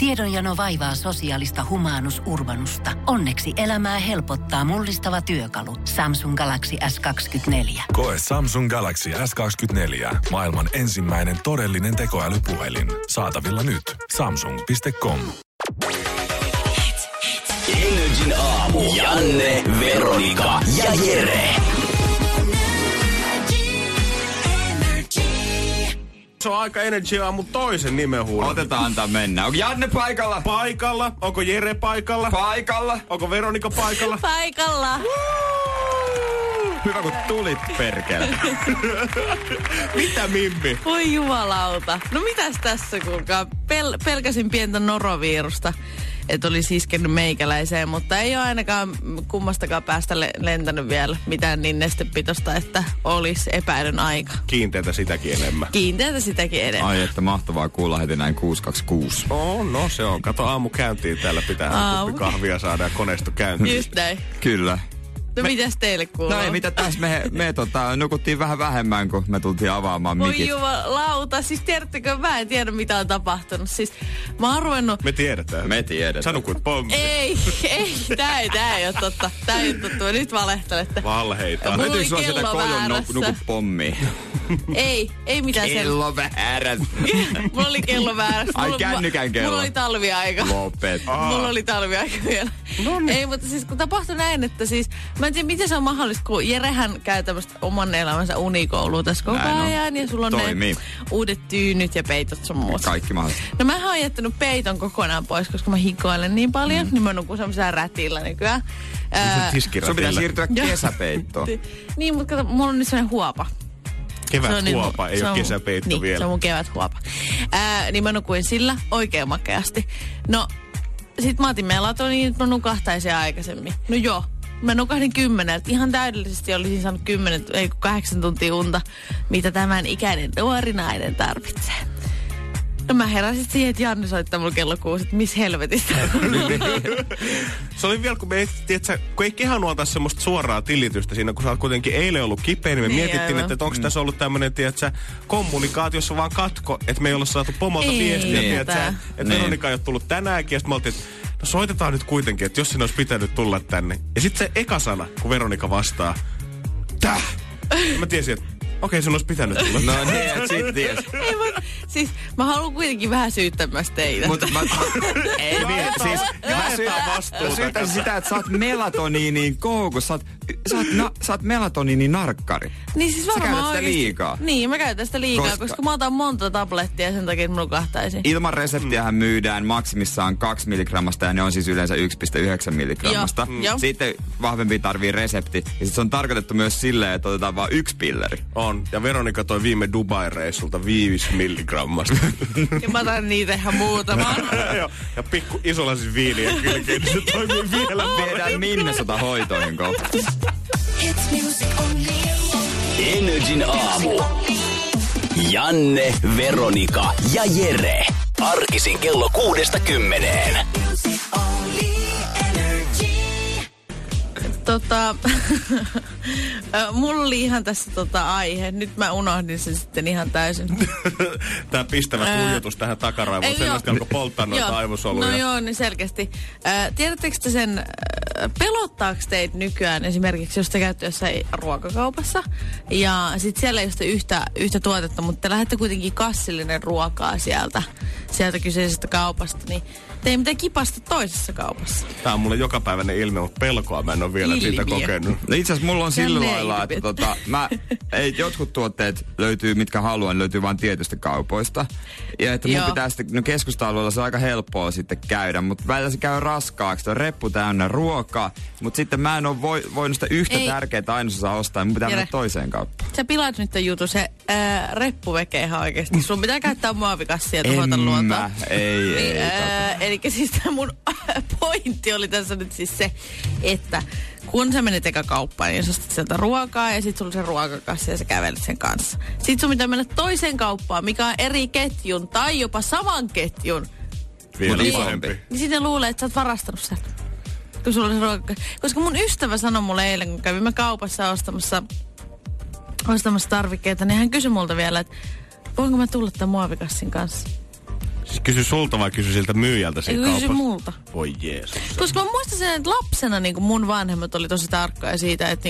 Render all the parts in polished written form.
Tiedonjano vaivaa sosiaalista humanus urbanusta. Onneksi elämää helpottaa mullistava työkalu. Samsung Galaxy S24. Koe Samsung Galaxy S24. Maailman ensimmäinen todellinen tekoälypuhelin. Saatavilla nyt. Samsung.com. Energin aamu. Janne, Veronika ja Jere. Se on aika Energy aamu toisen nimen huulla. Otetaan antaa mennä. Onko Janne paikalla? Paikalla. Onko Jere paikalla? Paikalla. Onko Veronika paikalla? Paikalla. Hyvä kun tulit, perkele. Mitä, Mimmi? Voi jumalauta. No mitäs tässä kuulkaa? Pelkäsin pientä norovirusta, että olisi iskenyt meikäläiseen, mutta ei ole ainakaan kummastakaan päästä lentänyt vielä mitään niin nestepitosta, että olisi epäilyn aika. Kiinteätä sitäkin enemmän. Kiinteätä sitäkin enemmän. Ai, että mahtavaa kuulla heti näin 626. No se on. Kato, aamu käyntiin täällä pitää kuppi kahvia saada ja koneisto käyntiin. Just näin. Kyllä. No mitäs teille kuuluu? No ei, mitä tässä me nukuttiin vähän vähemmän, kun me tultiin avaamaan mikit. Voi jumalauta, siis tiedättekö, mä en tiedä mitä on tapahtunut. Siis mä oon ruvennut... Me tiedetään. Sä nukut pommi. Ei, tää ei ole totta. Tää ei ole totta, nyt valehtelette. Valheita. Löytyykö sulla sitä kojon nuku pommi? Ei mitään sen. Kello väärässä. Mulla oli kello väärässä. Ai kännykän kello. Mulla oli talviaika. Lopet. Mulla oli talviaika vielä. Ei, mutta siis kun tapahtui näin, että siis... Mä en tiedä, miten se on mahdollista, kun Jerehän käy tämmöistä oman elämänsä unikoulua tässä koko ajan. Ja sulla on ne uudet tyynyt ja peitot sun muut. Kaikki mahdollista. No mä oon jättänyt peiton kokonaan pois, koska mä hikoilen niin paljon. Niin mä nukun semmoisella rätillä nykyään. Sun pitää siirtyä kesäpeittoon. Niin, mutta kato, mulla on nyt semmoinen huopa. Keväthuopa, ei ole kesäpeitto niin, vielä. Se on mun keväthuopa. Niin mä nukuin sillä oikein makeasti. No, sit mä otin melatoniin, että mä nukahtaisin aikaisemmin. No joo. Mä nukahdin 10. Ihan täydellisesti olisin saanut 8 tuntia unta, mitä tämän ikäinen nuori nainen tarvitsee. No mä heräsin siihen, että Janne soittaa mulle kello 6, että missä helvetistä. Se oli vielä, kun me kun ei kehanuolta semmoista suoraa tilitystä siinä, kun sä oot kuitenkin eilen ollut kipeä, niin me mietittiin, että onko tässä ollut tämmöinen, kommunikaatiossa vaan katko, että me ei olla saatu pomolta viestiä, että Veronika ei ole tullut tänäänkin, ja sitten me oltiin, että no soitetaan nyt kuitenkin, että jos sinä olisi pitänyt tulla tänne. Ja sitten se eka sana, kun Veronika vastaa, mä tiesin, että okei, sun olisi pitänyt tulla. No niin, et sit ties. Ei, mutta siis mä haluan kuitenkin vähän syyttää myös teitä. Mutta ei niin, siis mä syytän sitä, että sä oot melatoniinin koukussa. Sä oot melatoniinin narkkari. Niin siis varmaan sä käytät sitä liikaa. Niin, mä käytän sitä liikaa, koska mä otan monta tablettia sen takia, että mä nukahtaisin. Ilman reseptiähän myydään maksimissaan 2 milligrammasta ja ne on siis yleensä 1,9 milligrammasta. Joo. Sitten vahvempi tarvii resepti. Ja sit se on tarkoitettu myös silleen, että otetaan vaan 1 pilleri. On. Ja Veronika toi viime Dubai-reissulta 5 milligrammasta. Ja mä otan niitä ihan muutaman. Joo. Ja pikku isolasin viiniä kylkeen, niin se toimii vielä. Viedään Minnesota hoitoihin kohta. Energin aamu. Janne, Veronika ja Jere. Arkisin kello 6-10. Mulla oli ihan tässä aihe. Nyt mä unohdin sen sitten ihan täysin. Tää pistävä tuijotus tähän takaraivoon. Selvästi alkoi polttaa noita aivosoluja. No joo, niin selkeästi. Tiedättekö te sen, pelottaako teitä nykyään esimerkiksi, jos te käytte jossain ruokakaupassa ja sit siellä ei ole yhtä tuotetta, mutta te lähdette kuitenkin kassillinen ruokaa sieltä kyseisestä kaupasta, niin te ei mitään kipasta toisessa kaupassa. Tää on mulle jokapäiväinen ilme, mutta pelkoa mä en ole vielä siitä kokenut. No itse asiassa mulla on sillä lailla, että jotkut tuotteet löytyy, mitkä haluan, löytyy vain tietystä kaupoista. Ja että mun pitää sitten, keskusta-alueella se on aika helppoa sitten käydä, mutta välillä se käy raskaaksi, on reppu täynnä ruokaa, mutta sitten mä en ole voinut sitä yhtä tärkeää ainesosaa ostaa, ja mun pitää mennä toiseen kauppaan. Sä pilaat nyt tämän jutun, se reppuveke ihan oikeesti. Sun pitää käyttää muovikassia ja tuhota luontoa. Ei. Elikkä siis mun pointti oli tässä nyt siis se, että kun sä menet eka kauppaan, niin sä ostat sieltä ruokaa ja sit sulla on se ruokakassi ja sä kävelet sen kanssa. Sit sun pitää mennä toiseen kauppaan, mikä on eri ketjun tai jopa saman ketjun. Vielä isompi. Niin sitten luulee, että sä oot varastanut sieltä. Kun sulla on se ruokakassi. Koska mun ystävä sanoi mulle eilen, kun kävimme kaupassa ostamassa tarvikkeita, niin hän kysyi multa vielä, että voinko mä tulla tämän muovikassin kanssa? Siis kysy sulta vai kysy siltä myyjältä siinä kaupassa? Kysy multa. Voi Jeesus. Koska mä muistan sen, että lapsena niin kuin mun vanhemmat oli tosi tarkkoja siitä, että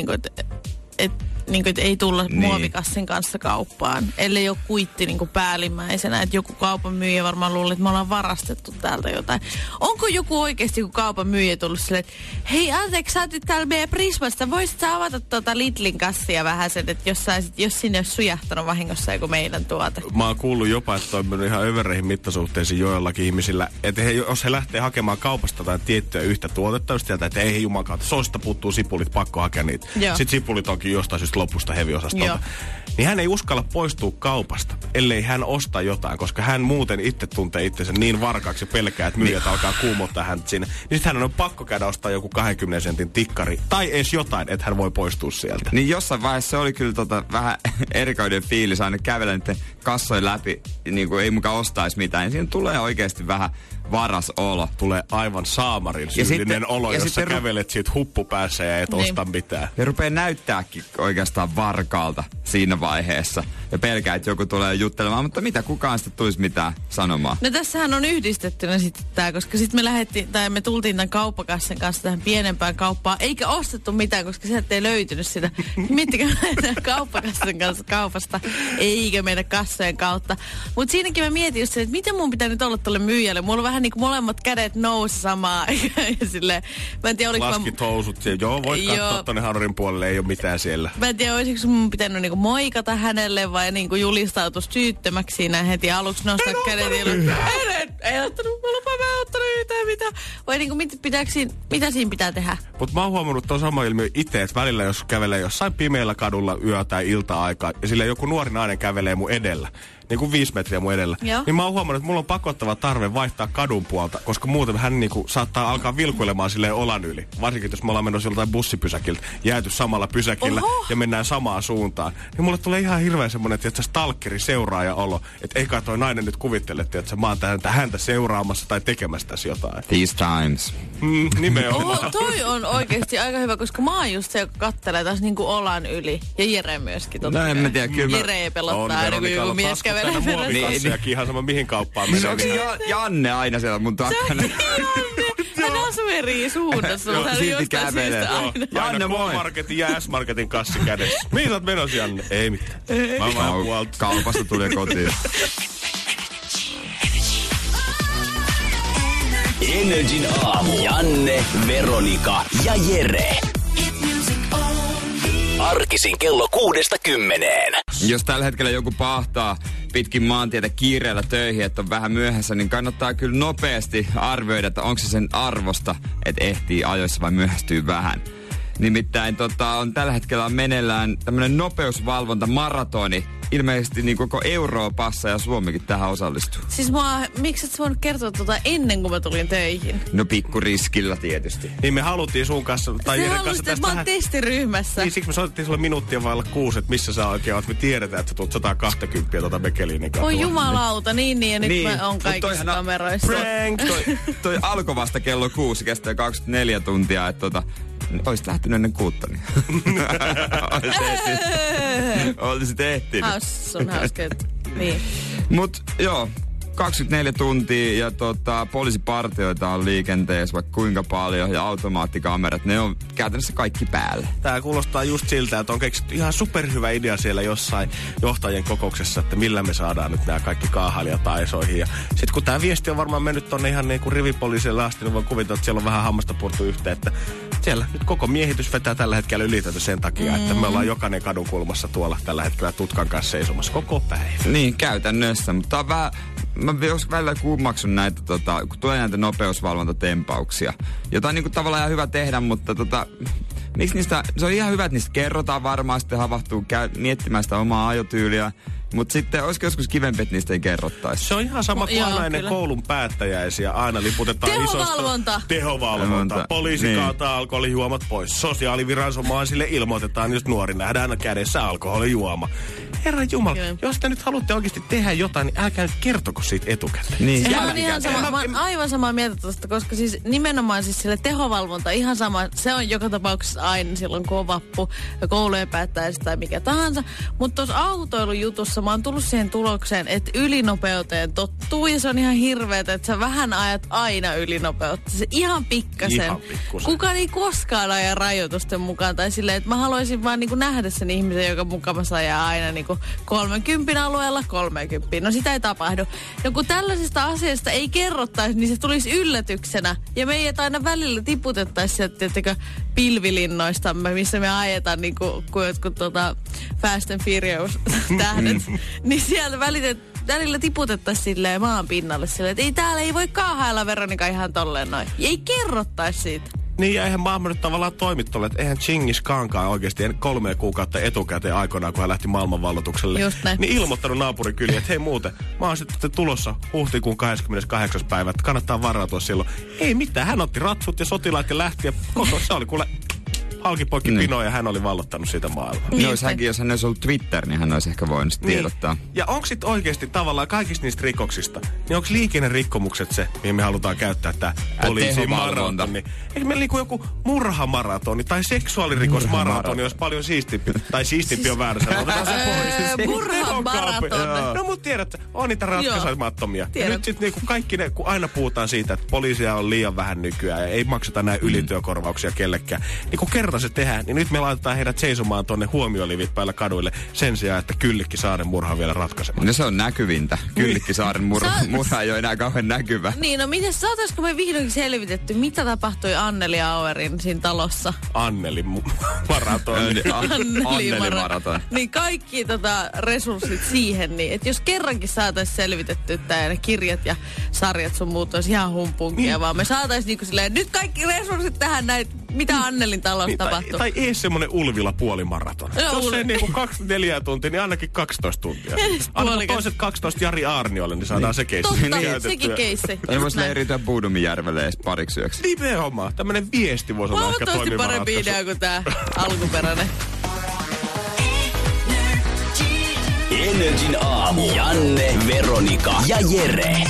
ei tulla muovikassin kanssa kauppaan, ellei ole kuitti niin kuin päällimmäisenä. Että joku kaupan myyjä varmaan luuli, että me ollaan varastettu täältä jotain. Onko joku oikeasti, kun kaupan myyjä tullut silleen, että hei, anteeksi, sä otit täällä meidän Prismasta, voisit sä avata Lidlin kassia vähän sen, että jos sinne olisi sujahtanut vahingossa joku meidän tuote. Mä oon kuullut jopa, että on mennyt ihan övereihin mittasuhteisiin joillakin ihmisillä, että jos he lähtee hakemaan kaupasta tai tiettyä yhtä tuotetta, just sieltä, että ei jumalauta, soista puuttuu sipulit, pakko hakea niitä. Joo. Sitten sipulit onkin jostain syystä lopusta heviosastolta. Niin hän ei uskalla poistua kaupasta, ellei hän osta jotain, koska hän muuten itse tuntee itsensä niin varkaaksi ja pelkää, että myyjät alkaa kuumottaa häntä sinne. Niin sitten hän on pakko käydä ostaa joku 20 sentin tikkari tai edes jotain, että hän voi poistua sieltä. Niin jossain vaiheessa se oli kyllä vähän erikoinen fiilis aina kävellä niiden kassojen läpi, niin kuin ei mukaan ostaisi mitään. Niin siinä tulee oikeasti vähän varas olo. Tulee aivan saamarin syyllinen olo, jos sä kävelet siitä huppupäässä ja et osta mitään. Ja rupeaa näyttääkin oikeastaan varkaalta siinä vaiheessa. Ja pelkää, että joku tulee juttelemaan, mutta mitä kukaan sitten tulisi mitään sanomaan. No tässähän on yhdistettynä sitten tää, koska sitten me tultiin tämän kauppakassin kanssa tähän pienempään kauppaan, eikä ostettu mitään, koska sieltä ei löytynyt sitä. Miettikää meidän kauppakassin kanssa kaupasta, eikä meidän kassojen kautta. Mutta siinäkin mä mietin just sen, että miten mun pitää nyt olla tuolle myyjälle. Mulla on vähän niin kuin molemmat kädet nousi samaan. Ja silleen, mä en tiedä, oliko laskit housut siellä. Joo, voit katsoa tonne Hanurin puolelle, ei ole mitään siellä. Mä en tiedä, olisiko mun pitänyt niinku moikata hänelle vai niinku julistautua syyttömäksi siinä heti aluksi nostaa kädet. Ei ottanut, mä ottanut yhtään mitään. Vai niinku, mitä siinä pitää tehdä? Mut mä oon huomannut ton sama ilmiö itse, että välillä jos kävelee jossain pimeällä kadulla yö- tai ilta-aikaa ja sillä joku nuori nainen kävelee mun edellä, niin kuin 5 metriä mun edellä. Joo. Niin mä oon huomannut, että mulla on pakottava tarve vaihtaa kadun puolta, koska muuten hän niinku saattaa alkaa vilkuilemaan silleen olan yli. Varsinkin, jos me ollaan menossa joltain bussipysäkiltä, jääty samalla pysäkillä ja mennään samaan suuntaan. Niin mulle tulee ihan hirveän semmonen, että stalkeri seuraaja olo. Että eikä toi nainen nyt kuvittele, että mä oon häntä seuraamassa tai tekemässä tässä jotain. These times. Nimenomaan. Toi on oikeesti aika hyvä, koska mä oon just se, joka kattelee taas niinku olan yli. Ja Jere myöskin. No en mä tiedä, kyllä Jere pelottaa aina, kun joku mies kävelee perässä. Ja ihan sama mihin kauppaan menee. Onko Janne aina siellä mun takana? Hän asuu eri suunnassa, mutta hän on jostain syystä aina. Janne, moi! Marketin ja S-Marketin kassi kädessä. Mihin sä oot menossa, Janne? Ei mitään. Mä vaan puolta. Kaupasta tulee kotiin. Energin aamu. Janne, Veronika ja Jere. Arkisin kello 6-10. Jos tällä hetkellä joku pahtaa pitkin maantietä kiireellä töihin, että on vähän myöhässä, niin kannattaa kyllä nopeasti arvioida, että onko se sen arvosta, että ehtii ajoissa vai myöhästyy vähän. Nimittäin on tällä hetkellä meneillään tämmönen nopeusvalvonta-maratoni. Ilmeisesti niin koko Euroopassa ja Suomikin tähän osallistuu. Siis miksi et sä voinut kertoa ennen kuin mä tulin töihin? No pikkuriskillä tietysti. Niin me haluttiin sun kanssa, tai Jeren kanssa tästä vähän... Mä oon testiryhmässä. Niin siksi me soitettiin sulle minuuttia vailla 6, että missä sä oikein oot. Me tiedetään, että sä tulet 120 Bekeliinin katua. Oi jumalauta, niin ja nyt mä oon kaikissa kameroissa. Prank! Toi alkoi vasta kello 6, kestää 24 tuntia, että oisit lähtenyt ennen 6. Olisit ehtinyt. On hauska. Niin. Mut joo, 24 tuntia ja poliisipartioita on liikenteessä vaikka kuinka paljon ja automaattikamerat, ne on käytännössä kaikki päällä. Tää kuulostaa just siltä, että on keksitty ihan superhyvä idea siellä jossain johtajien kokouksessa, että millä me saadaan nyt nämä kaikki kaahailijat aisoihin. Ja sit kun tää viesti on varmaan mennyt tonne ihan niin kuin rivipoliisille asti, niin voi kuvitella, että siellä on vähän hammasta purtu yhteen, että siellä nyt koko miehitys vetää tällä hetkellä ylitöitä sen takia, että me ollaan jokainen kadun kulmassa tuolla tällä hetkellä tutkan kanssa seisomassa koko päivä. Niin, käytännössä, mutta on vähän... Mä joskus välillä kummaksun näitä, kun tulee näitä nopeusvalvontatempauksia. Jotain niin kuin tavallaan ihan hyvä tehdä, mutta miksi niistä, se on ihan hyvä, että niistä kerrotaan varmaan, sitten havahtuu miettimään sitä omaa ajotyyliä. Mutta sitten olisiko joskus kivempi, että niistä ei kerrottaisi? Se on ihan sama kuin aina ennen koulun päättäjäisiä. Aina liputetaan Tehovalvonta. Poliisi kaataa alkoholijuomat pois. Sosiaaliviranomaisille ilmoitetaan, jos nuori nähdään kädessä alkoholijuoma. Herran Jumala, jos te nyt haluatte oikeasti tehdä jotain, niin älkää nyt kertoko siitä etukäteen. Niin, mä oon aivan samaa mieltä tuosta, koska siis nimenomaan siis sille tehovalvonta ihan sama. Se on joka tapauksessa aina silloin, kun on vappu, koulujen päättäjistä tai mikä tahansa. Mutta tuossa autoilujutussa mä oon tullut siihen tulokseen, että ylinopeuteen tottuu ja se on ihan hirveetä, että sä vähän ajat aina ylinopeutta. Se ihan pikkasen. Kukaan ei koskaan aja rajoitusten mukaan tai silleen, että mä haluaisin vaan niinku nähdä sen ihmisen, joka mukavassa ajaa aina niinku 30 alueella 30. No sitä ei tapahdu. No kun tällaisista asioista ei kerrottaisi, niin se tulisi yllätyksenä. Ja meidät aina välillä tiputettaisiin sieltä, tiettekö, pilvilinnoistamme, missä me ajetaan niinku kuin jotkut Fast and Furious tähdet. Niin sieltä välillä tiputettaisiin silleen maan pinnalle silleen, että ei täällä ei voi kaahailla Veronika ihan tolleen noin. Ja ei kerrottaisi siitä. Niin, ja eihän maailma nyt tavallaan toimi tolle, että eihän Chingis Khankaan oikeasti 3 kuukautta etukäteen aikoinaan, kun hän lähti maailmanvalloitukselle, niin ilmoittanut naapurikyliin, että hei muuten, mä oon sitten tulossa huhtikuun 28. päivä, että kannattaa varautua silloin. Ei mitään, hän otti ratsut ja sotilaat ja lähti ja koko se oli kuule halkipoikki pino ja hän oli vallottanut siitä maailmaa. Niin, jos hän olisi ollut Twitter, niin hän olisi ehkä voinut tiedottaa. Ja onko sitten oikeasti tavallaan kaikista niistä rikoksista, niin onko liikennerikkomukset se, mihin me halutaan käyttää tämä poliisin maratoni? Eikö meillä niinku joku murhamaratoni tai seksuaalirikosmaratoni olisi paljon siistimpi? Tai siistimpi on väärä sanoa. Murhamaratoni. No mut tiedät, on niitä ratkaisemattomia. Ja nyt sitten niinku kaikki ne, kun aina puhutaan siitä, että poliisia on liian vähän nykyään ja ei makseta näin ylityökorvauksia kellekään. Niin kun kerran se tehdään, niin nyt me laitetaan heidät seisomaan tonne huomiolivit päällä kaduille sen sijaan, että Kyllikkisaaren murha vielä ratkaisemaan. No se on näkyvintä. Kyllikkisaaren murha ei ole enää kauhean näkyvä. Niin, no miten saataisiko me vihdoinkin selvitetty, mitä tapahtui Anneli Auerin siinä talossa? Anneli maratoni. Anneli maratoni. Niin kaikki resurssit siihen, niin että jos kerrankin saataisiin selvitetty ne kirjat ja sarjat sun muut olisi ihan humpunkia, vaan me saataisiin niinku silleen, nyt kaikki resurssit tähän näin, mitä Annelin talossa tapahtuu. Tai ees semmonen Ulvila puolimaraton. Jos se niinku 24 tuntia, niin ainakin 12 tuntia. Anna toiset 12 Jari Aarniolle, niin saadaan se keissi. Totta, sekin keissi. Ei voisi leiriytyä Buuduminjärvelle edes pariksi yöksi. Nimenomaan. Tämmönen viesti voisi olla ehkä toimiva ratkaisu. Parempi idea kuin tää alkuperäinen. Energin aamu. Janne, Veronika ja Jere.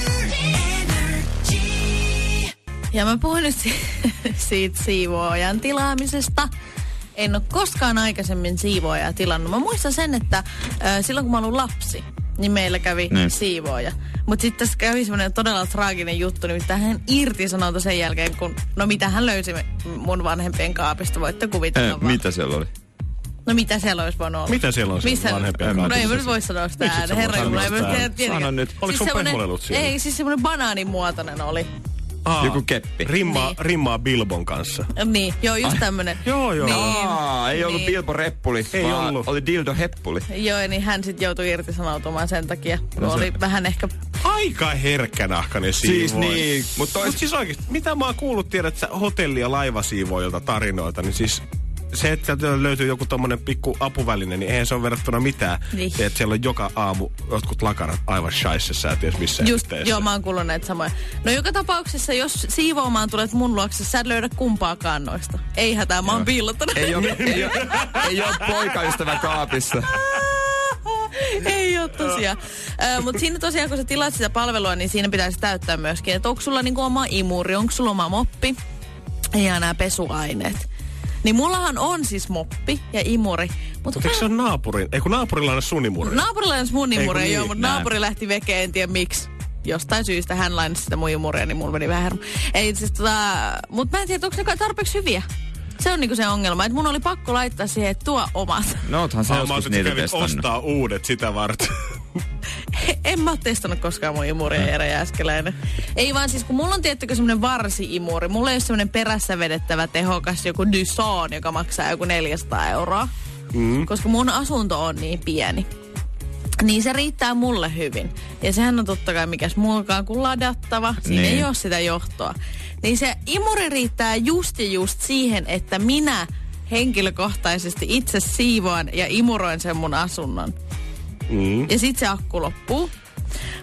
Ja mä puhun nyt siitä siivoojan tilaamisesta. En ole koskaan aikaisemmin siivoojaa tilannut. Mä muistan sen, että silloin kun mä olin lapsi, niin meillä kävi siivooja. Mutta sitten tässä kävi semmoinen todella traaginen juttu, nimittäin hän irtisanoutui sen jälkeen, kun mitä hän löysi mun vanhempien kaapista, voitte kuvitella vaan. Mitä siellä oli? No mitä siellä olisi voinut olla? Mitä siellä on se vanhempien kaapista? No ei mä nyt voi sanoa sitä ääneen. Herra Jumala, ei mä nyt tiedä. Sano nyt. Oliko sun pehmolelut siellä? Ei, siis semmoinen banaanimuotoinen oli. Joku keppi. Rimmaa Bilbon kanssa. Niin, joo, just tämmönen. Joo. Niin, ei ollut Bilbo Reppuli, ei vaan ollut. Oli Dildo Heppuli. Joo, niin hän sitten joutui irtisanoutumaan sen takia. Oli vähän ehkä... Aika herkkänahkainen siivooja. Siis niin. Mut siis oikeesti, mitä mä oon kuullut, tiedät sä hotelli- ja laivasiivoilta tarinoita, niin siis... Se, että löytyy joku tommonen pikku apuväline, niin eihän se ole verrattuna mitään. Niin. Se, että siellä on joka aamu jotkut lakarat aivan shaissessa, et ties missään just, joo, mä oon kuullut näitä samoja. No joka tapauksessa, jos siivoamaan tulet mun luokse, sä et löydä kumpaakaan noista. Ei hätää, mä oon piilottanut. Ei oo poikaystävä kaapissa. Ei oo tosiaan. Mutta siinä tosiaan, kun sä tilaat sitä palvelua, niin siinä pitäisi täyttää myöskin, että onko sulla niinku oma imuri, onko sulla oma moppi ja nämä pesuaineet. Niin mullahan on siis moppi ja imuri. Mutta eikö se ole naapurin? Ei kun naapurilla on sun imuri. Naapurilla on mun imuri, niin, joo, mutta naapuri lähti vekeen, en tiedä miksi. Jostain syystä hän lainasi sitä mun imuria, niin mulla meni vähän hermo. Ei siis mutta mä en tiedä, onko ne tarpeeksi hyviä. Se on niinku se ongelma, että mun oli pakko laittaa siihen, että tuo omat. No oothan sä joskus niitä testannut. Ostaa uudet sitä varten. En mä oo testannut koskaan mun imuria, Jere Jääskeläinen. Ei vaan siis, kun mulla on tiettykö semmonen varsi-imuri. Mulla ei ole semmonen perässä vedettävä tehokas joku Dyson, joka maksaa joku 400 €. Koska mun asunto on niin pieni. Niin se riittää mulle hyvin. Ja sehän on totta kai mikäs muukaan kuin ladattava. Siinä ei ole sitä johtoa. Niin se imuri riittää just siihen, että minä henkilökohtaisesti itse siivoan ja imuroin sen mun asunnon. Ja sit se akku loppuu.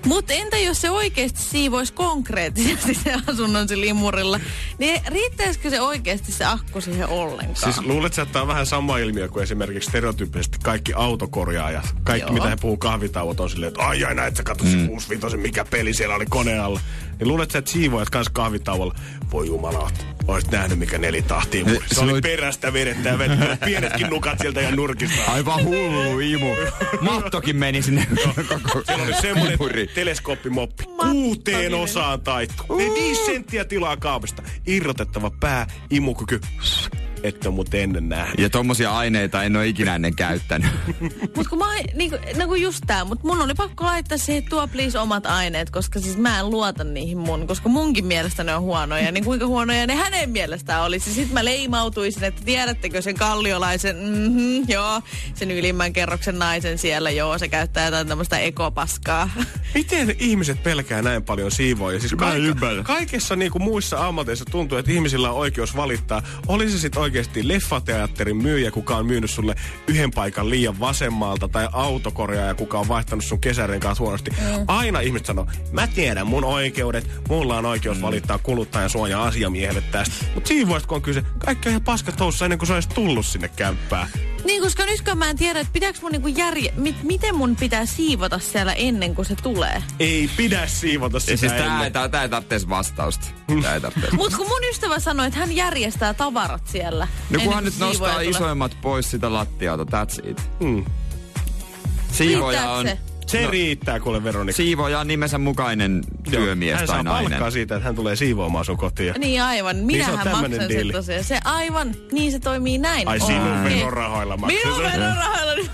Mutta entä jos se oikeasti siivoisi konkreettisesti se asunnon sillä imurilla, niin riittäisikö se oikeasti se akku siihen ollenkaan? Siis luulet, että tämä on vähän sama ilmiö kuin esimerkiksi stereotyyppisesti kaikki autokorjaajat. Kaikki, mitä he puhuu kahvitauot, on silleen, että ai näet sä katso se 65, mikä peli siellä oli koneen alla. Niin luulet sä, että siivoajat kanssa kahvitauolla, voi jumala, oisit nähnyt mikä nelitahti. Se oli perästä vedettä ja pienetkin nukat sieltä ja nurkista. Aivan hullu imu. Mattokin meni sinne. Siellä oli semmoinen teleskooppimoppi. 6 osaan taittu. 5 senttiä tilaa kaapista. Irrotettava pää, imukyky. Että on mut ennen nähnyt. Ja tommosia aineita en ole ikinä ennen käyttänyt. Mut kun mä just tää, mut mun oli pakko laittaa siihen, tuo please omat aineet, koska siis mä en luota niihin koska munkin mielestä ne on huonoja, niin kuinka huonoja ne hänen mielestään olisi. Sit mä leimautuisin, että tiedättekö sen kalliolaisen, joo, sen ylimmän kerroksen naisen siellä, joo, se käyttää jotain tämmöistä ekopaskaa. Miten ihmiset pelkää näin paljon siivoja? Siis kaikessa niinku muissa ammateissa tuntuu, että ihmisillä on oikeus valittaa. Oli se sit oikeasti leffateatterin myyjä, kuka on myynyt sulle yhden paikan liian vasemmalta, tai autokorjaaja, kuka on vaihtanut sun kesärenkaat huonosti. Aina ihmiset sanoo, mä tiedän mun oikeudet, mulla on oikeus valittaa kuluttajansuoja asiamiehelle tästä. Mut siivoista kun on kyse, kaikki on ihan paskat housussa ennen kuin se olisi tullut sinne kämppään. Niin, koska nytkään mä en tiedä, että pitääkö mun miten mun pitää siivota siellä ennen kuin se tulee? Ei pidä siivota sitä siis ennen. Tää ei tarvitse vastausta. Mut kun mun ystävä sanoi, että hän järjestää tavarat siellä. No kunhan nyt nostaa isoimmat pois sitä lattialta, that's it. Siivoja on... Se riittää, kuule Veronika. Siivoja on nimensä mukainen työmies tai nainen. Hän saa palkkaa siitä, että hän tulee siivoamaan sun kotiin. Niin aivan. Minähän maksan sen tosiaan. Se aivan, niin se toimii näin. Ai sinun verorahoilla maksaa. Minun verorahoilla.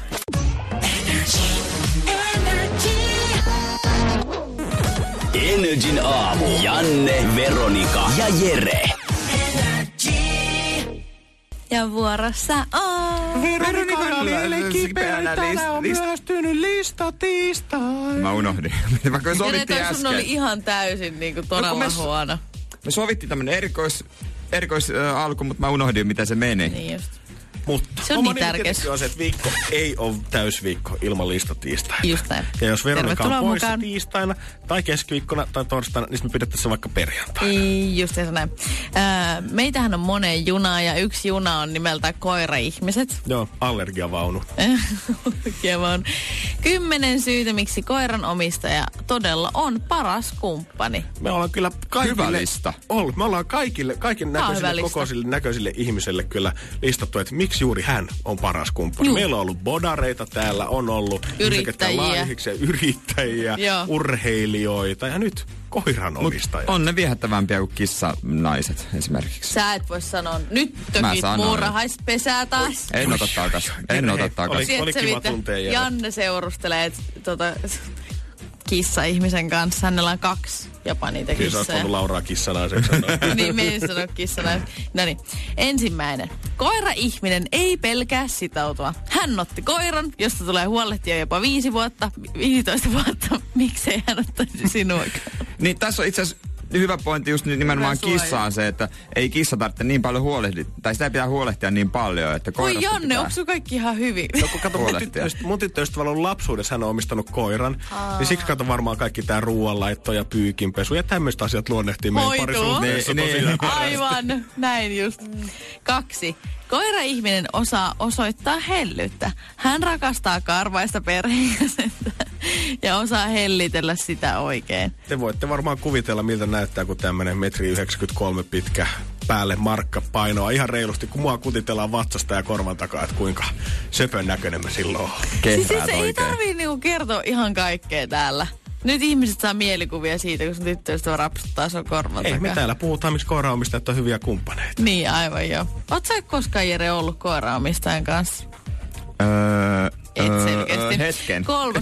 Energin aamu. Janne, Veronika ja Jere. Ja vuorossa on... Veronika oli eilen kipeänä, tänään on myöhästynyt lista tiistai. Mä unohdin. Vaikka me sovittiin äsken. Sun oli ihan täysin niinku todella huono. Me sovittiin tämmönen erikois alku, mutta mä unohdin, mitä se menee. Niin just. Mutta se on niin tärkeä. On se, että viikko ei ole täysviikko ilman listatiistaina. Just näin. Ja jos Veronika on poissa tiistaina tai keskiviikkona tai torstaina, niin me pidettäisiin se vaikka perjantaina. Just se näin. Meitähän on moneen junaa ja yksi juna on nimeltä koira-ihmiset. Joo, allergiavaunu. 10 syytä, miksi koiran omistaja todella on paras kumppani. Me ollaan kyllä kaikille... Hyvä lista. Me ollaan kaikille näköisille, kokoisille näköisille ihmisille kyllä listattu, että miksi juuri hän on paras kumppani. Meillä on ollut bodareita täällä, on ollut yrittäjiä, urheilijoita ja nyt koiran omistaja. On ne viehättävämpiä kuin kissanaiset esimerkiksi. Sä et voi sanoa, nyt tökit muurahaispesää taas. En ota takas. Oli kiva tuntea. Janne seurustelee kissa-ihmisen kanssa. Hänellä on 2 jopa niitä kissoja. Kyllä sä oot Lauraa kissanaiseksi. Niin, me ei sano kissanaiseksi. Noniin, ensimmäinen. Koira-ihminen ei pelkää sitoutua. Hän otti koiran, josta tulee huolehtia jopa 15 vuotta. Miksei hän ottaisi sinua? Niin, tässä on itse asiassa hyvä pointti just nimenomaan kissaan se, että ei kissa tarvitse niin paljon huolehtia, tai sitä pitää huolehtia niin paljon, että koirasta Janne, pitää... onko sun kaikki ihan hyvin? No kun kato, mun tyttöystävällä on lapsuudessa, hän on omistanut koiran, niin siksi kato varmaan kaikki tää ruoanlaitto ja pyykinpesu ja tämmöiset asiat luonnehtii meidän parisuhteessa tosiaan. Aivan, näin just. 2. Koira-ihminen osaa osoittaa hellyyttä. Hän rakastaa karvaista perheenjäsentä ja osaa hellitellä sitä oikein. Te voitte varmaan kuvitella, miltä näyttää, kun tämmönen 1,93 pitkä päälle markka painoa ihan reilusti, kun mua kutitellaan vatsasta ja korvan takaa, että kuinka söpön näköinen mä silloin on. Siis ei tarvii niinku kertoa ihan kaikkea täällä. Nyt ihmiset saa mielikuvia siitä, kun sun tyttöystävä rapsuttaa sun korvan takaa. Ei, me täällä puhutaan, miksi koiraomistajat on hyviä kumppaneita. Niin, aivan joo. Oot sä koskaan, Jere, ollut koiraomistajan kanssa? Et selkeästi. Hetken. 3.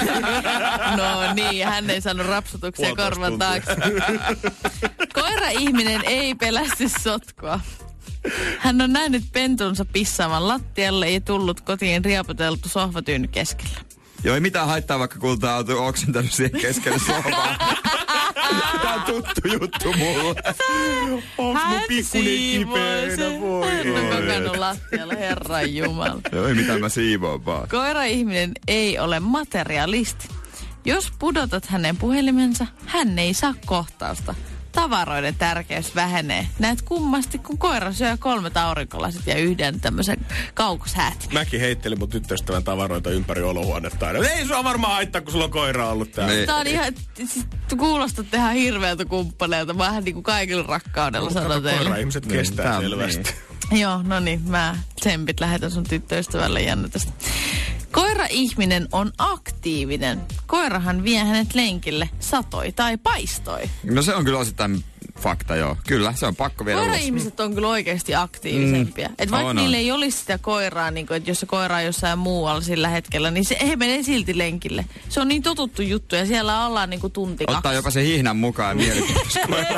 No niin, hän ei saanut rapsutuksia korvan taakse. Koira-ihminen ei pelästy sotkua. Hän on nähnyt pentunsa pissaavan lattialle ja tullut kotiin riepoteltu sohvatyyny keskellä. Joo, ei mitään haittaa, vaikka kulta on oksentanut siihen keskelle sohvaa. Tää on tuttu juttu mulle. Onks mun pikkunen kipeänä? Hän on kokannut lattialla, herran jumala. Joo, ei mitään, mä siivoon vaan. Koira-ihminen ei ole materialisti. Jos pudotat hänen puhelimensa, hän ei saa kohtausta. Tavaroiden tärkeys vähenee. Näet kummasti, kun koira syö 3 aurinkolasit ja 1 tämmöisen kaukoshäätin. Mäkin heittelin mun tyttöystävän tavaroita ympäri olohuonetta aina. Ei sua varmaan haittaa, kun sulla on koira ollut täällä. Niin. Tää on ihan, siis kuulostat ihan hirveältä kumppaneilta. Vähän niin kuin kaikilla rakkaudella sanon teille. Koira-ihmiset kestää selvästi. Niin. Joo, no niin, mä tsempit lähetän sun tyttöystävälle jännitystä. Koira-ihminen on aktiivinen. Koirahan vie hänet lenkille, satoi tai paistoi. No se on kyllä osittain fakta, joo. Kyllä, se on pakko vielä ulos. Koira-ihmiset on kyllä oikeasti aktiivisempia. Että vaikka niillä ei olisi sitä koiraa, niin kun, että jos se koira on jossain muualla sillä hetkellä, niin he menee silti lenkille. Se on niin totuttu juttu ja siellä ollaan niin kuin tunti 2. Ottaa jopa se hihnan mukaan mielikuvissa.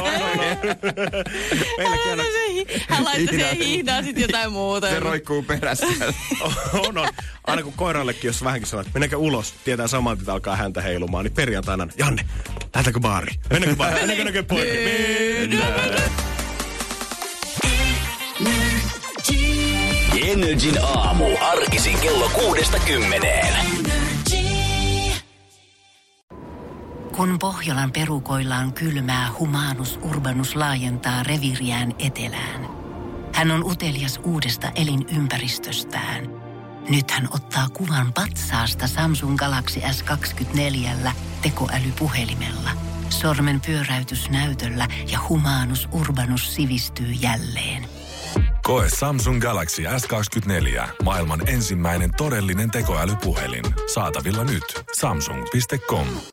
Hän laittaa siihen hihnaan sitten jotain muuta. Se roikkuu perässä. on. Aina kun koirallekin, jos vähänkin sanoo, että mennäänkö ulos, tietää saman, että alkaa häntä heilumaan, niin perjantaina, Janne, lähdetäänkö baariin? Mennäänkö baariin? Mennäänkö poikki? Energin aamu. Arkisin kello 6-10. Kun Pohjolan perukoillaan kylmää, Humanus Urbanus laajentaa reviiriään etelään. Hän on utelias uudesta elinympäristöstään. Nyt hän ottaa kuvan patsaasta Samsung Galaxy S24 tekoälypuhelimella. Sormen pyöräytys näytöllä ja Humanus Urbanus sivistyy jälleen. Koe Samsung Galaxy S24. Maailman ensimmäinen todellinen tekoälypuhelin. Saatavilla nyt. Samsung.com.